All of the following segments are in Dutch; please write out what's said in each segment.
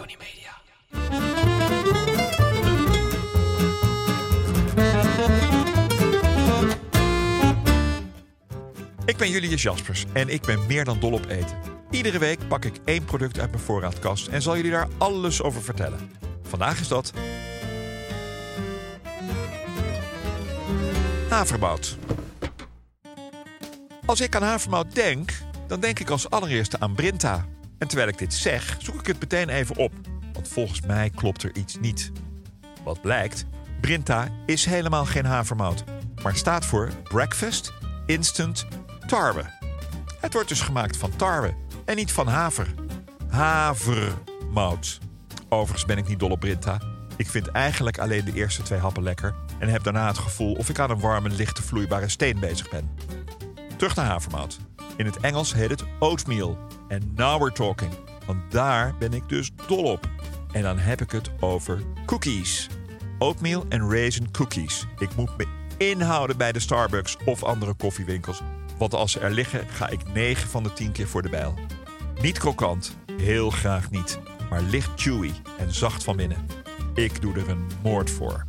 Tony Media. Ik ben Julius Jaspers en ik ben meer dan dol op eten. Iedere week pak ik 1 product uit mijn voorraadkast en zal jullie daar alles over vertellen. Vandaag is dat havermout. Als ik aan havermout denk, dan denk ik als allereerste aan Brinta. En terwijl ik dit zeg, zoek ik het meteen even op. Want volgens mij klopt er iets niet. Wat blijkt, Brinta is helemaal geen havermout, maar staat voor Breakfast Instant Tarwe. Het wordt dus gemaakt van tarwe en niet van haver. Havermout. Overigens ben ik niet dol op Brinta. Ik vind eigenlijk alleen de eerste 2 happen lekker en heb daarna het gevoel of ik aan een warme, lichte, vloeibare steen bezig ben. Terug naar havermout. In het Engels heet het oatmeal. En now we're talking. Want daar ben ik dus dol op. En dan heb ik het over cookies. Oatmeal en raisin cookies. Ik moet me inhouden bij de Starbucks of andere koffiewinkels. Want als ze er liggen, ga ik 9 van de 10 keer voor de bijl. Niet krokant, heel graag niet. Maar licht chewy en zacht van binnen. Ik doe er een moord voor.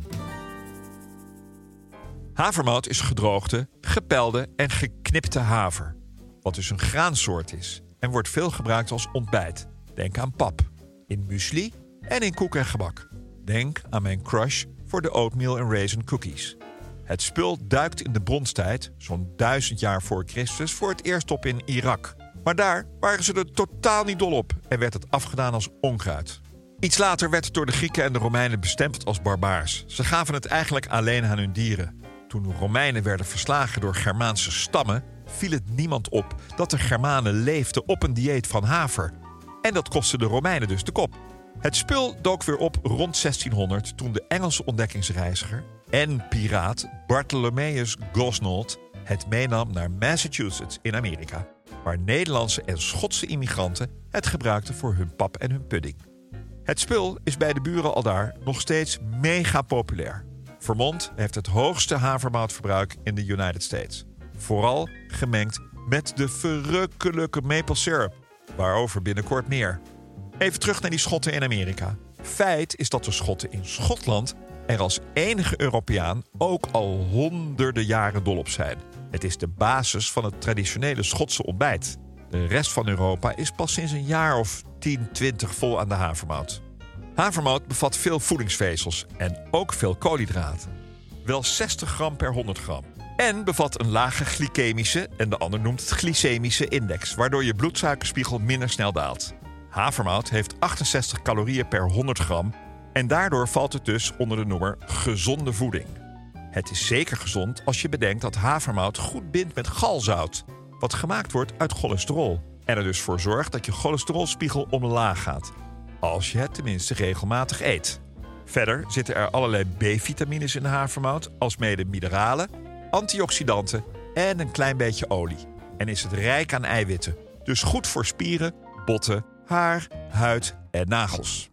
Havermout is gedroogde, gepelde en geknipte haver. Wat dus een graansoort is en wordt veel gebruikt als ontbijt. Denk aan pap, in muesli en in koek en gebak. Denk aan mijn crush voor de oatmeal en raisin cookies. Het spul duikt in de bronstijd, zo'n 1000 jaar voor Christus, voor het eerst op in Irak. Maar daar waren ze er totaal niet dol op en werd het afgedaan als onkruid. Iets later werd het door de Grieken en de Romeinen bestempeld als barbaars. Ze gaven het eigenlijk alleen aan hun dieren. Toen de Romeinen werden verslagen door Germaanse stammen, viel het niemand op dat de Germanen leefden op een dieet van haver. En dat kostte de Romeinen dus de kop. Het spul dook weer op rond 1600 toen de Engelse ontdekkingsreiziger en piraat Bartholomeus Gosnold het meenam naar Massachusetts in Amerika, waar Nederlandse en Schotse immigranten het gebruikten voor hun pap en hun pudding. Het spul is bij de buren aldaar nog steeds mega populair. Vermont heeft het hoogste havermoutverbruik in de United States. Vooral gemengd met de verrukkelijke maple syrup, waarover binnenkort meer. Even terug naar die Schotten in Amerika. Feit is dat de Schotten in Schotland er als enige Europeaan ook al honderden jaren dol op zijn. Het is de basis van het traditionele Schotse ontbijt. De rest van Europa is pas sinds een jaar of 10, 20 vol aan de havermout. Havermout bevat veel voedingsvezels en ook veel koolhydraten. Wel 60 gram per 100 gram. En bevat een lage glycemische, en de ander noemt het glycemische index, waardoor je bloedsuikerspiegel minder snel daalt. Havermout heeft 68 calorieën per 100 gram en daardoor valt het dus onder de noemer gezonde voeding. Het is zeker gezond als je bedenkt dat havermout goed bindt met galzout, wat gemaakt wordt uit cholesterol. En er dus voor zorgt dat je cholesterolspiegel omlaag gaat. Als je het tenminste regelmatig eet. Verder zitten er allerlei B-vitamines in de havermout, alsmede mineralen, antioxidanten en een klein beetje olie. En is het rijk aan eiwitten, dus goed voor spieren, botten, haar, huid en nagels.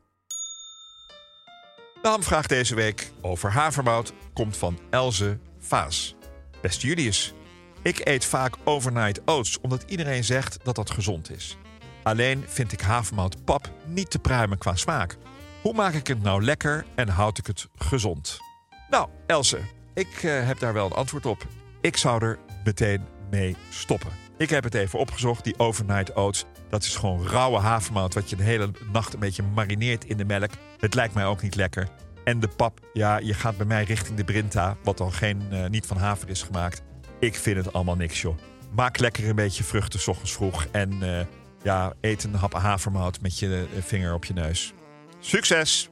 De hamvraag deze week over havermout komt van Else Vaas. Beste Julius, ik eet vaak overnight oats omdat iedereen zegt dat dat gezond is. Alleen vind ik havermoutpap niet te pruimen qua smaak. Hoe maak ik het nou lekker en houd ik het gezond? Nou, Else, ik heb daar wel een antwoord op. Ik zou er meteen mee stoppen. Ik heb het even opgezocht, die overnight oats. Dat is gewoon rauwe havermout wat je de hele nacht een beetje marineert in de melk. Het lijkt mij ook niet lekker. En de pap, ja, je gaat bij mij richting de Brinta, wat dan niet van haver is gemaakt. Ik vind het allemaal niks, joh. Maak lekker een beetje vruchten 's ochtends vroeg en eet een hap havermout met je vinger op je neus. Succes!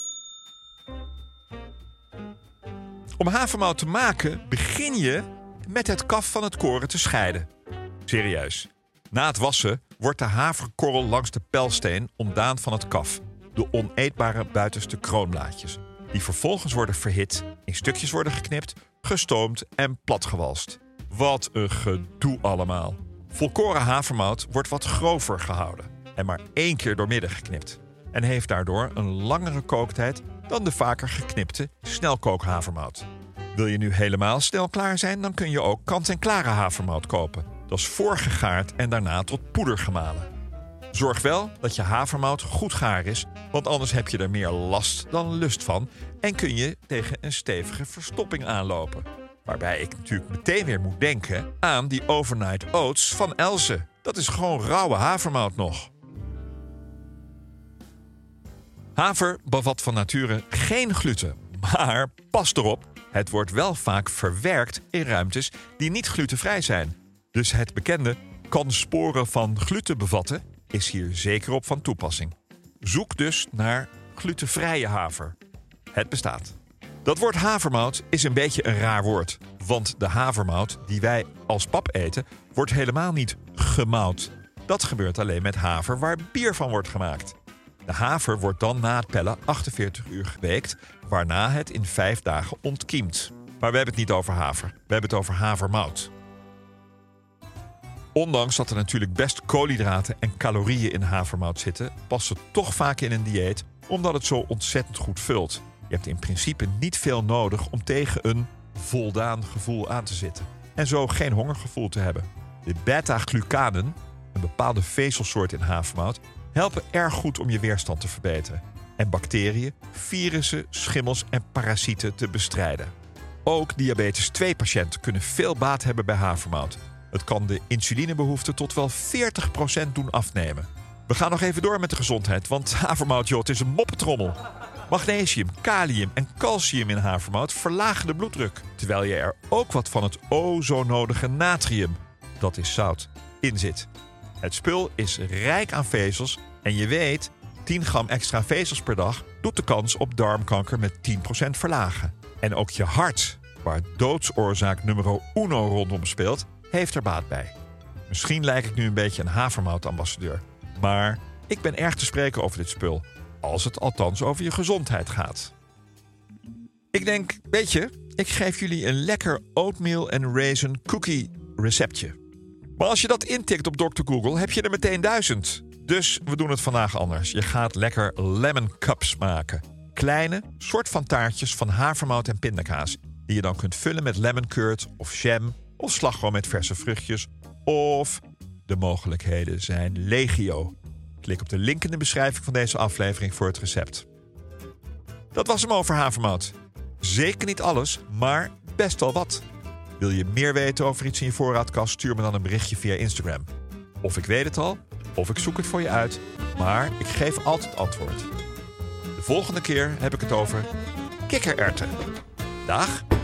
Om havermout te maken begin je met het kaf van het koren te scheiden. Serieus. Na het wassen wordt de haverkorrel langs de pijlsteen ontdaan van het kaf. De oneetbare buitenste kroonblaadjes. Die vervolgens worden verhit, in stukjes worden geknipt, gestoomd en platgewalst. Wat een gedoe allemaal. Volkoren havermout wordt wat grover gehouden en maar 1 keer doormidden geknipt. En heeft daardoor een langere kooktijd dan de vaker geknipte snelkookhavermout. Wil je nu helemaal snel klaar zijn, dan kun je ook kant-en-klare havermout kopen. Dat is voorgegaard en daarna tot poeder gemalen. Zorg wel dat je havermout goed gaar is, want anders heb je er meer last dan lust van en kun je tegen een stevige verstopping aanlopen. Waarbij ik natuurlijk meteen weer moet denken aan die overnight oats van Else. Dat is gewoon rauwe havermout nog. Haver bevat van nature geen gluten, maar pas erop, het wordt wel vaak verwerkt in ruimtes die niet glutenvrij zijn. Dus het bekende kan sporen van gluten bevatten is hier zeker op van toepassing. Zoek dus naar glutenvrije haver. Het bestaat. Dat woord havermout is een beetje een raar woord, want de havermout die wij als pap eten wordt helemaal niet gemout. Dat gebeurt alleen met haver waar bier van wordt gemaakt. De haver wordt dan na het pellen 48 uur geweekt, waarna het in 5 dagen ontkiemt. Maar we hebben het niet over haver, we hebben het over havermout. Ondanks dat er natuurlijk best koolhydraten en calorieën in havermout zitten, past het toch vaak in een dieet omdat het zo ontzettend goed vult. Je hebt in principe niet veel nodig om tegen een voldaan gevoel aan te zitten en zo geen hongergevoel te hebben. De beta-glucanen, een bepaalde vezelsoort in havermout, helpen erg goed om je weerstand te verbeteren en bacteriën, virussen, schimmels en parasieten te bestrijden. Ook diabetes 2-patiënten kunnen veel baat hebben bij havermout. Het kan de insulinebehoefte tot wel 40% doen afnemen. We gaan nog even door met de gezondheid, want havermout, het is een moppetrommel. Magnesium, kalium en calcium in havermout verlagen de bloeddruk, terwijl je er ook wat van het zo nodige natrium, dat is zout, in zit. Het spul is rijk aan vezels en je weet, 10 gram extra vezels per dag doet de kans op darmkanker met 10% verlagen. En ook je hart, waar doodsoorzaak nummer 1 rondom speelt, heeft er baat bij. Misschien lijk ik nu een beetje een havermoutambassadeur, maar ik ben erg te spreken over dit spul, als het althans over je gezondheid gaat. Ik denk, weet je, ik geef jullie een lekker oatmeal en raisin cookie receptje. Maar als je dat intikt op Dr. Google, heb je er meteen 1000. Dus we doen het vandaag anders. Je gaat lekker lemon cups maken. Kleine, soort van taartjes van havermout en pindakaas, die je dan kunt vullen met lemon curd of jam of slagroom met verse vruchtjes. Of de mogelijkheden zijn legio. Klik op de link in de beschrijving van deze aflevering voor het recept. Dat was hem over havermout. Zeker niet alles, maar best wel wat. Wil je meer weten over iets in je voorraadkast, stuur me dan een berichtje via Instagram. Of ik weet het al, of ik zoek het voor je uit, maar ik geef altijd antwoord. De volgende keer heb ik het over kikkererwten. Dag!